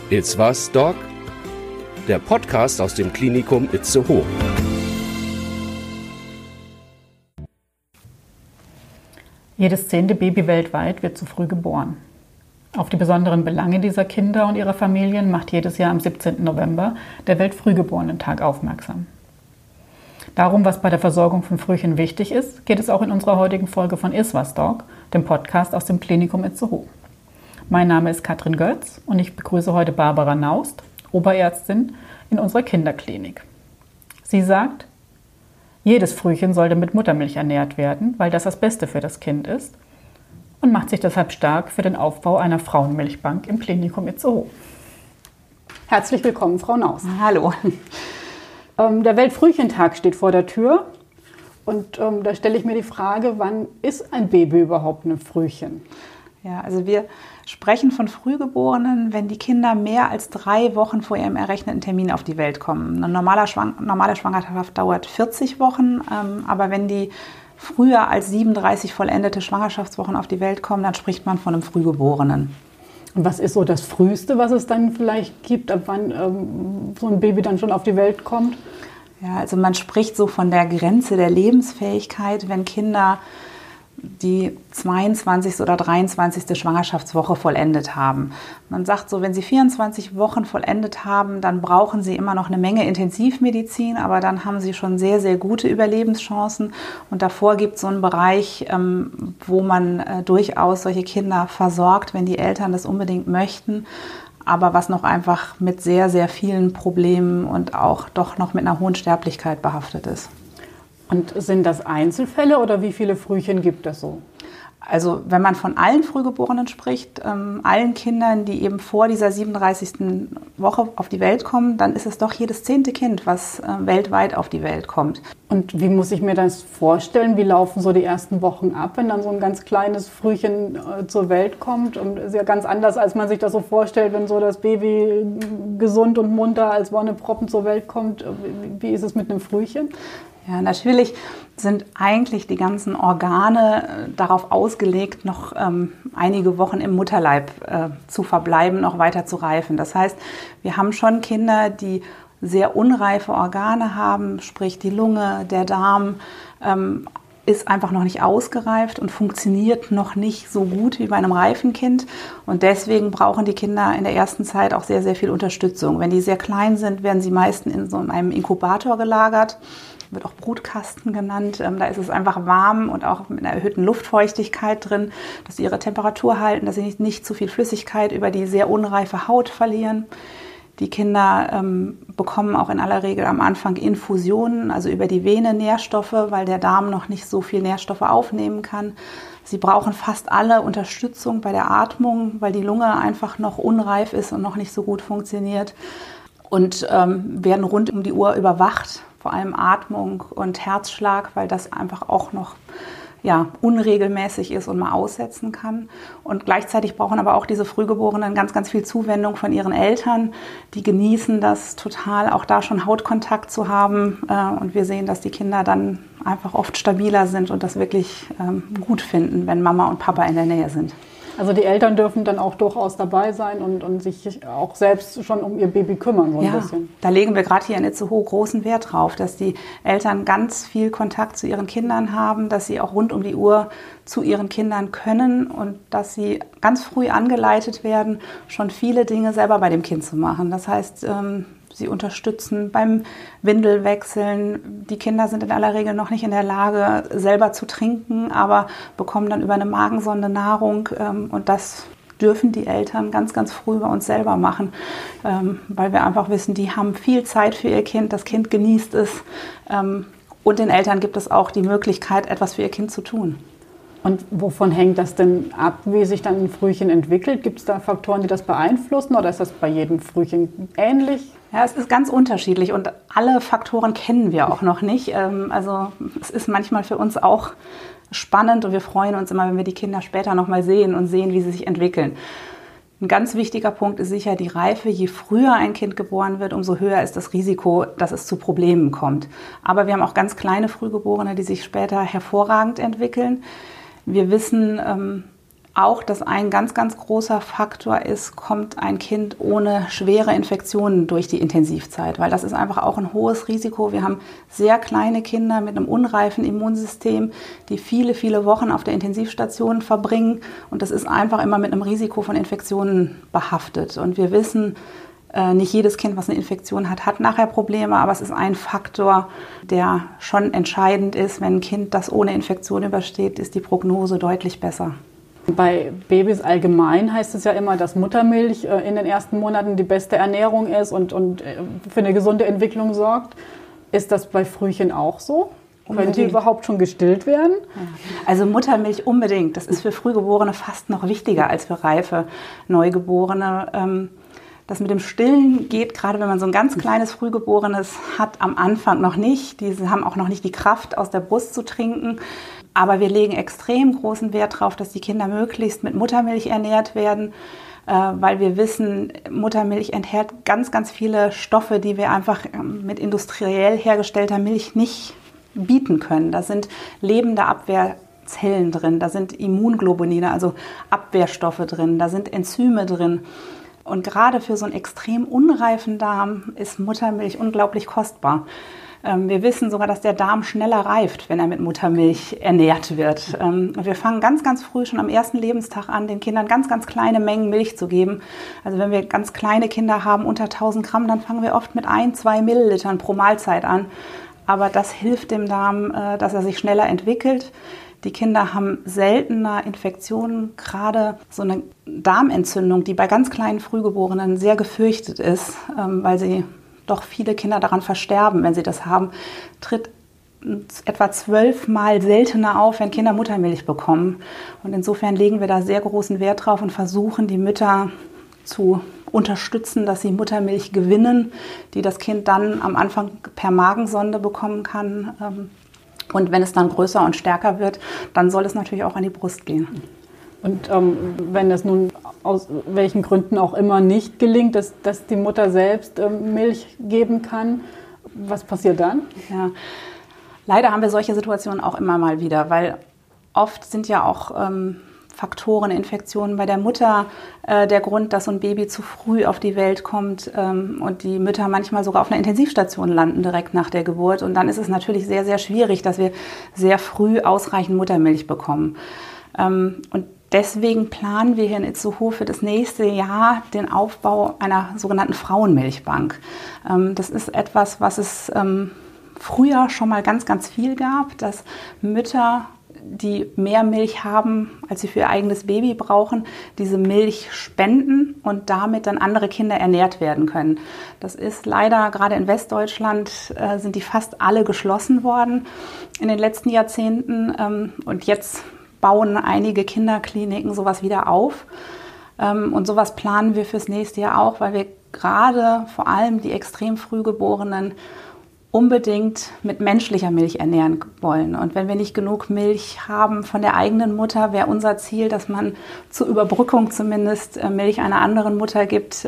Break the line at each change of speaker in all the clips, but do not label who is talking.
It's was, Doc? Der Podcast aus dem Klinikum Itzehoe.
Jedes 10. Baby weltweit wird zu früh geboren. Auf die besonderen Belange dieser Kinder und ihrer Familien macht jedes Jahr am 17. November der Weltfrühgeborenen-Tag aufmerksam. Darum, was bei der Versorgung von Frühchen wichtig ist, geht es auch in unserer heutigen Folge von Is was, Doc, dem Podcast aus dem Klinikum Itzehoe. Mein Name ist Katrin Götz und ich begrüße heute Barbara Naust, Oberärztin in unserer Kinderklinik. Sie sagt, jedes Frühchen sollte mit Muttermilch ernährt werden, weil das Beste für das Kind ist, und macht sich deshalb stark für den Aufbau einer Frauenmilchbank im Klinikum Itzehoe. Herzlich willkommen, Frau Naust.
Hallo.
Der Weltfrühchentag steht vor der Tür und da stelle ich mir die Frage, wann ist ein Baby überhaupt ein Frühchen?
Ja, also wir sprechen von Frühgeborenen, wenn die Kinder mehr als 3 Wochen vor ihrem errechneten Termin auf die Welt kommen. Eine normale Schwangerschaft dauert 40 Wochen, aber wenn die früher als 37 vollendete Schwangerschaftswochen auf die Welt kommen, dann spricht man von einem Frühgeborenen.
Und was ist so das Früheste, was es dann vielleicht gibt, ab wann so ein Baby dann schon auf die Welt kommt?
Ja, also man spricht so von der Grenze der Lebensfähigkeit, wenn Kinder die 22. oder 23. Schwangerschaftswoche vollendet haben. Man sagt so, wenn sie 24 Wochen vollendet haben, dann brauchen sie immer noch eine Menge Intensivmedizin, aber dann haben sie schon sehr, sehr gute Überlebenschancen. Und davor gibt es so einen Bereich, wo man durchaus solche Kinder versorgt, wenn die Eltern das unbedingt möchten, aber was noch einfach mit sehr, sehr vielen Problemen und auch doch noch mit einer hohen Sterblichkeit behaftet ist.
Und sind das Einzelfälle oder wie viele Frühchen gibt es so?
Also wenn man von allen Frühgeborenen spricht, allen Kindern, die eben vor dieser 37. Woche auf die Welt kommen, dann ist es doch jedes 10. Kind, was weltweit auf die Welt kommt.
Und wie muss ich mir das vorstellen? Wie laufen so die ersten Wochen ab, wenn dann so ein ganz kleines Frühchen zur Welt kommt? Und ist ja ganz anders, als man sich das so vorstellt, wenn so das Baby gesund und munter als Wonneproppen zur Welt kommt. Wie ist es mit einem Frühchen?
Ja, natürlich sind eigentlich die ganzen Organe darauf ausgelegt, noch einige Wochen im Mutterleib zu verbleiben, noch weiter zu reifen. Das heißt, wir haben schon Kinder, die sehr unreife Organe haben, sprich die Lunge, der Darm ist einfach noch nicht ausgereift und funktioniert noch nicht so gut wie bei einem reifen Kind. Und deswegen brauchen die Kinder in der ersten Zeit auch sehr, sehr viel Unterstützung. Wenn die sehr klein sind, werden sie meistens in so einem Inkubator gelagert. Wird auch Brutkasten genannt. Da ist es einfach warm und auch mit einer erhöhten Luftfeuchtigkeit drin, dass sie ihre Temperatur halten, dass sie nicht zu viel Flüssigkeit über die sehr unreife Haut verlieren. Die Kinder bekommen auch in aller Regel am Anfang Infusionen, also über die Vene Nährstoffe, weil der Darm noch nicht so viel Nährstoffe aufnehmen kann. Sie brauchen fast alle Unterstützung bei der Atmung, weil die Lunge einfach noch unreif ist und noch nicht so gut funktioniert. Und werden rund um die Uhr überwacht, vor allem Atmung und Herzschlag, weil das einfach auch noch unregelmäßig ist und mal aussetzen kann. Und gleichzeitig brauchen aber auch diese Frühgeborenen ganz, ganz viel Zuwendung von ihren Eltern. Die genießen das total, auch da schon Hautkontakt zu haben. Und wir sehen, dass die Kinder dann einfach oft stabiler sind und das wirklich gut finden, wenn Mama und Papa in der Nähe sind.
Also die Eltern dürfen dann auch durchaus dabei sein und sich auch selbst schon um ihr Baby kümmern, so ein bisschen.
Da legen wir gerade hier in Itzehoe großen Wert drauf, dass die Eltern ganz viel Kontakt zu ihren Kindern haben, dass sie auch rund um die Uhr zu ihren Kindern können und dass sie ganz früh angeleitet werden, schon viele Dinge selber bei dem Kind zu machen. Das heißt, sie unterstützen beim Windelwechseln. Die Kinder sind in aller Regel noch nicht in der Lage, selber zu trinken, aber bekommen dann über eine Magensonde Nahrung. Und das dürfen die Eltern ganz, ganz früh bei uns selber machen, weil wir einfach wissen, die haben viel Zeit für ihr Kind, das Kind genießt es. Und den Eltern gibt es auch die Möglichkeit, etwas für ihr Kind zu tun.
Und wovon hängt das denn ab, wie sich dann ein Frühchen entwickelt? Gibt es da Faktoren, die das beeinflussen oder ist das bei jedem Frühchen ähnlich?
Ja, es ist ganz unterschiedlich und alle Faktoren kennen wir auch noch nicht. Also es ist manchmal für uns auch spannend und wir freuen uns immer, wenn wir die Kinder später noch mal sehen und sehen, wie sie sich entwickeln. Ein ganz wichtiger Punkt ist sicher die Reife. Je früher ein Kind geboren wird, umso höher ist das Risiko, dass es zu Problemen kommt. Aber wir haben auch ganz kleine Frühgeborene, die sich später hervorragend entwickeln. Wir wissen, auch, dass ein ganz, ganz großer Faktor ist, kommt ein Kind ohne schwere Infektionen durch die Intensivzeit, weil das ist einfach auch ein hohes Risiko. Wir haben sehr kleine Kinder mit einem unreifen Immunsystem, die viele, viele Wochen auf der Intensivstation verbringen und das ist einfach immer mit einem Risiko von Infektionen behaftet. Und wir wissen, nicht jedes Kind, was eine Infektion hat, hat nachher Probleme, aber es ist ein Faktor, der schon entscheidend ist. Wenn ein Kind das ohne Infektion übersteht, ist die Prognose deutlich besser.
Bei Babys allgemein heißt es ja immer, dass Muttermilch in den ersten Monaten die beste Ernährung ist und für eine gesunde Entwicklung sorgt. Ist das bei Frühchen auch so? Können die überhaupt schon gestillt werden?
Also Muttermilch unbedingt. Das ist für Frühgeborene fast noch wichtiger als für reife Neugeborene. Das mit dem Stillen geht, gerade wenn man so ein ganz kleines Frühgeborenes hat, am Anfang noch nicht. Die haben auch noch nicht die Kraft, aus der Brust zu trinken. Aber wir legen extrem großen Wert darauf, dass die Kinder möglichst mit Muttermilch ernährt werden, weil wir wissen, Muttermilch enthält ganz, ganz viele Stoffe, die wir einfach mit industriell hergestellter Milch nicht bieten können. Da sind lebende Abwehrzellen drin, da sind Immunglobuline, also Abwehrstoffe drin, da sind Enzyme drin. Und gerade für so einen extrem unreifen Darm ist Muttermilch unglaublich kostbar. Wir wissen sogar, dass der Darm schneller reift, wenn er mit Muttermilch ernährt wird. Wir fangen ganz, ganz früh schon am ersten Lebenstag an, den Kindern ganz, ganz kleine Mengen Milch zu geben. Also wenn wir ganz kleine Kinder haben, unter 1000 Gramm, dann fangen wir oft mit 1-2 Millilitern pro Mahlzeit an. Aber das hilft dem Darm, dass er sich schneller entwickelt. Die Kinder haben seltener Infektionen, gerade so eine Darmentzündung, die bei ganz kleinen Frühgeborenen sehr gefürchtet ist, weil sie doch viele Kinder daran versterben, wenn sie das haben, tritt etwa 12 Mal seltener auf, wenn Kinder Muttermilch bekommen. Und insofern legen wir da sehr großen Wert drauf und versuchen, die Mütter zu unterstützen, dass sie Muttermilch gewinnen, die das Kind dann am Anfang per Magensonde bekommen kann. Und wenn es dann größer und stärker wird, dann soll es natürlich auch an die Brust gehen.
Und wenn es nun aus welchen Gründen auch immer nicht gelingt, dass die Mutter selbst Milch geben kann, was passiert dann?
Ja, leider haben wir solche Situationen auch immer mal wieder, weil oft sind ja auch Faktoren, Infektionen bei der Mutter der Grund, dass so ein Baby zu früh auf die Welt kommt und die Mütter manchmal sogar auf einer Intensivstation landen direkt nach der Geburt. Und dann ist es natürlich sehr, sehr schwierig, dass wir sehr früh ausreichend Muttermilch bekommen. Und deswegen planen wir hier in Itzehoe für das nächste Jahr den Aufbau einer sogenannten Frauenmilchbank. Das ist etwas, was es früher schon mal ganz, ganz viel gab, dass Mütter, die mehr Milch haben, als sie für ihr eigenes Baby brauchen, diese Milch spenden und damit dann andere Kinder ernährt werden können. Das ist leider, gerade in Westdeutschland, sind die fast alle geschlossen worden in den letzten Jahrzehnten. Und jetzt bauen einige Kinderkliniken sowas wieder auf. Und sowas planen wir fürs nächste Jahr auch, weil wir gerade vor allem die extrem Frühgeborenen unbedingt mit menschlicher Milch ernähren wollen. Und wenn wir nicht genug Milch haben von der eigenen Mutter, wäre unser Ziel, dass man zur Überbrückung zumindest Milch einer anderen Mutter gibt,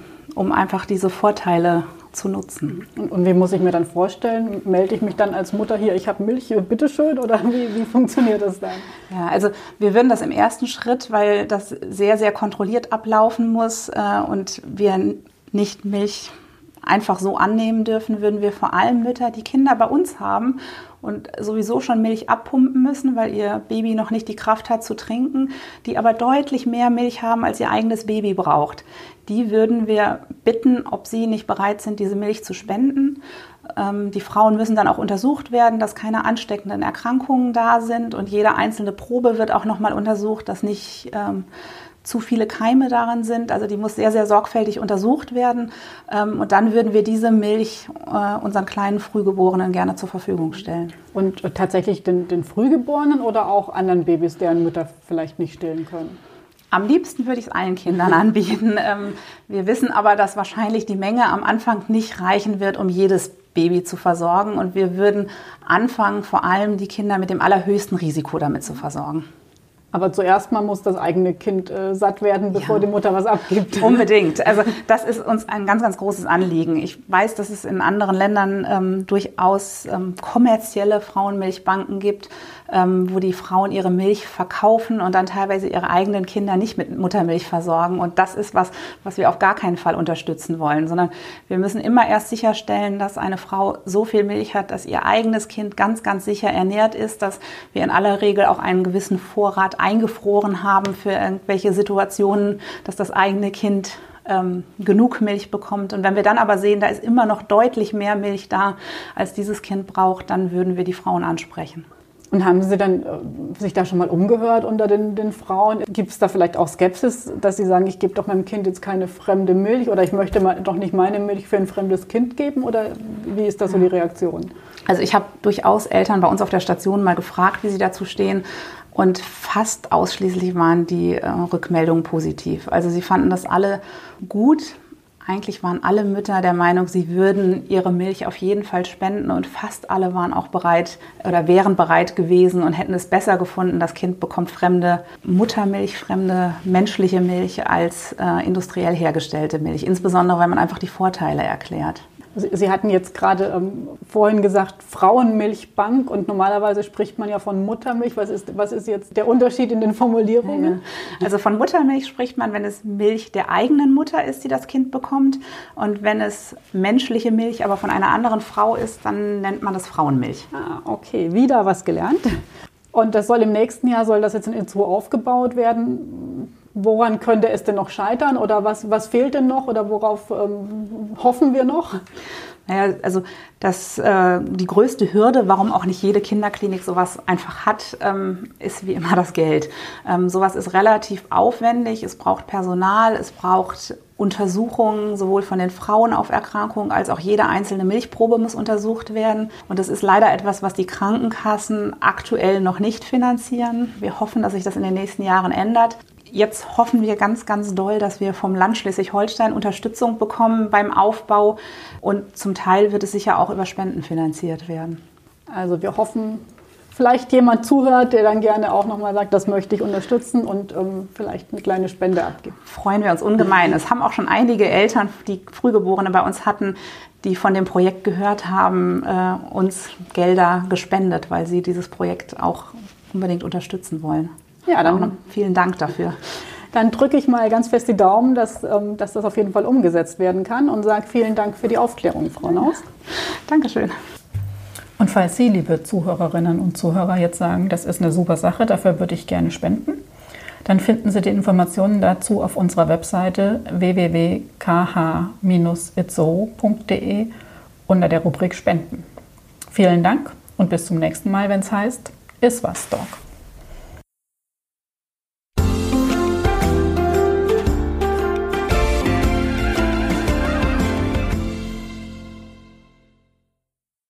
um einfach diese Vorteile zu nutzen.
Und wie muss ich mir dann vorstellen? Melde ich mich dann als Mutter hier, ich habe Milch, bitteschön, oder wie funktioniert das dann?
Ja, also wir würden das im ersten Schritt, weil das sehr, sehr kontrolliert ablaufen muss und wir nicht Milch einfach so annehmen dürfen, würden wir vor allem Mütter, die Kinder bei uns haben und sowieso schon Milch abpumpen müssen, weil ihr Baby noch nicht die Kraft hat zu trinken, die aber deutlich mehr Milch haben, als ihr eigenes Baby braucht. Die würden wir bitten, ob sie nicht bereit sind, diese Milch zu spenden. Die Frauen müssen dann auch untersucht werden, dass keine ansteckenden Erkrankungen da sind und jede einzelne Probe wird auch nochmal untersucht, dass nicht zu viele Keime darin sind. Also die muss sehr, sehr sorgfältig untersucht werden. Und dann würden wir diese Milch unseren kleinen Frühgeborenen gerne zur Verfügung stellen.
Und tatsächlich den Frühgeborenen oder auch anderen Babys, deren Mütter vielleicht nicht stillen können?
Am liebsten würde ich es allen Kindern anbieten. Wir wissen aber, dass wahrscheinlich die Menge am Anfang nicht reichen wird, um jedes Baby zu versorgen. Und wir würden anfangen, vor allem die Kinder mit dem allerhöchsten Risiko damit zu versorgen.
Aber zuerst mal muss das eigene Kind satt werden, bevor die Mutter was abgibt.
Unbedingt. Also das ist uns ein ganz, ganz großes Anliegen. Ich weiß, dass es in anderen Ländern durchaus kommerzielle Frauenmilchbanken gibt, wo die Frauen ihre Milch verkaufen und dann teilweise ihre eigenen Kinder nicht mit Muttermilch versorgen. Und das ist was wir auf gar keinen Fall unterstützen wollen, sondern wir müssen immer erst sicherstellen, dass eine Frau so viel Milch hat, dass ihr eigenes Kind ganz, ganz sicher ernährt ist, dass wir in aller Regel auch einen gewissen Vorrat eingefroren haben für irgendwelche Situationen, dass das eigene Kind genug Milch bekommt. Und wenn wir dann aber sehen, da ist immer noch deutlich mehr Milch da, als dieses Kind braucht, dann würden wir die Frauen ansprechen.
Und haben Sie dann sich da schon mal umgehört unter den Frauen? Gibt es da vielleicht auch Skepsis, dass Sie sagen, ich gebe doch meinem Kind jetzt keine fremde Milch oder ich möchte doch nicht meine Milch für ein fremdes Kind geben? Oder wie ist da so die Reaktion?
Also ich habe durchaus Eltern bei uns auf der Station mal gefragt, wie sie dazu stehen. Und fast ausschließlich waren die Rückmeldungen positiv. Also sie fanden das alle gut. Eigentlich waren alle Mütter der Meinung, sie würden ihre Milch auf jeden Fall spenden und fast alle waren auch bereit oder wären bereit gewesen und hätten es besser gefunden, das Kind bekommt fremde Muttermilch, fremde menschliche Milch als industriell hergestellte Milch. Insbesondere, weil man einfach die Vorteile erklärt.
Sie hatten jetzt gerade vorhin gesagt Frauenmilchbank und normalerweise spricht man ja von Muttermilch. Was ist jetzt der Unterschied in den Formulierungen?
Ja. Also von Muttermilch spricht man, wenn es Milch der eigenen Mutter ist, die das Kind bekommt. Und wenn es menschliche Milch, aber von einer anderen Frau ist, dann nennt man das Frauenmilch.
Ah, okay, wieder was gelernt. Und das soll im nächsten Jahr, soll das jetzt in Itzehoe aufgebaut werden? Woran könnte es denn noch scheitern oder was fehlt denn noch oder worauf hoffen wir noch?
Naja, also die größte Hürde, warum auch nicht jede Kinderklinik sowas einfach hat, ist wie immer das Geld. Sowas ist relativ aufwendig, es braucht Personal, es braucht Untersuchungen sowohl von den Frauen auf Erkrankungen als auch jede einzelne Milchprobe muss untersucht werden. Und das ist leider etwas, was die Krankenkassen aktuell noch nicht finanzieren. Wir hoffen, dass sich das in den nächsten Jahren ändert. Jetzt hoffen wir ganz, ganz doll, dass wir vom Land Schleswig-Holstein Unterstützung bekommen beim Aufbau und zum Teil wird es sicher auch über Spenden finanziert werden.
Also wir hoffen, vielleicht jemand zuhört, der dann gerne auch nochmal sagt, das möchte ich unterstützen und vielleicht eine kleine Spende abgibt.
Freuen wir uns ungemein. Es haben auch schon einige Eltern, die Frühgeborene bei uns hatten, die von dem Projekt gehört haben, uns Gelder gespendet, weil sie dieses Projekt auch unbedingt unterstützen wollen.
Ja, dann
vielen Dank dafür.
Dann drücke ich mal ganz fest die Daumen, dass das auf jeden Fall umgesetzt werden kann und sage vielen Dank für die Aufklärung, Frau Naus.
Dankeschön.
Und falls Sie, liebe Zuhörerinnen und Zuhörer, jetzt sagen, das ist eine super Sache, dafür würde ich gerne spenden, dann finden Sie die Informationen dazu auf unserer Webseite www.kh-itzehoe.de unter der Rubrik Spenden. Vielen Dank und bis zum nächsten Mal, wenn es heißt, Is was, Doc.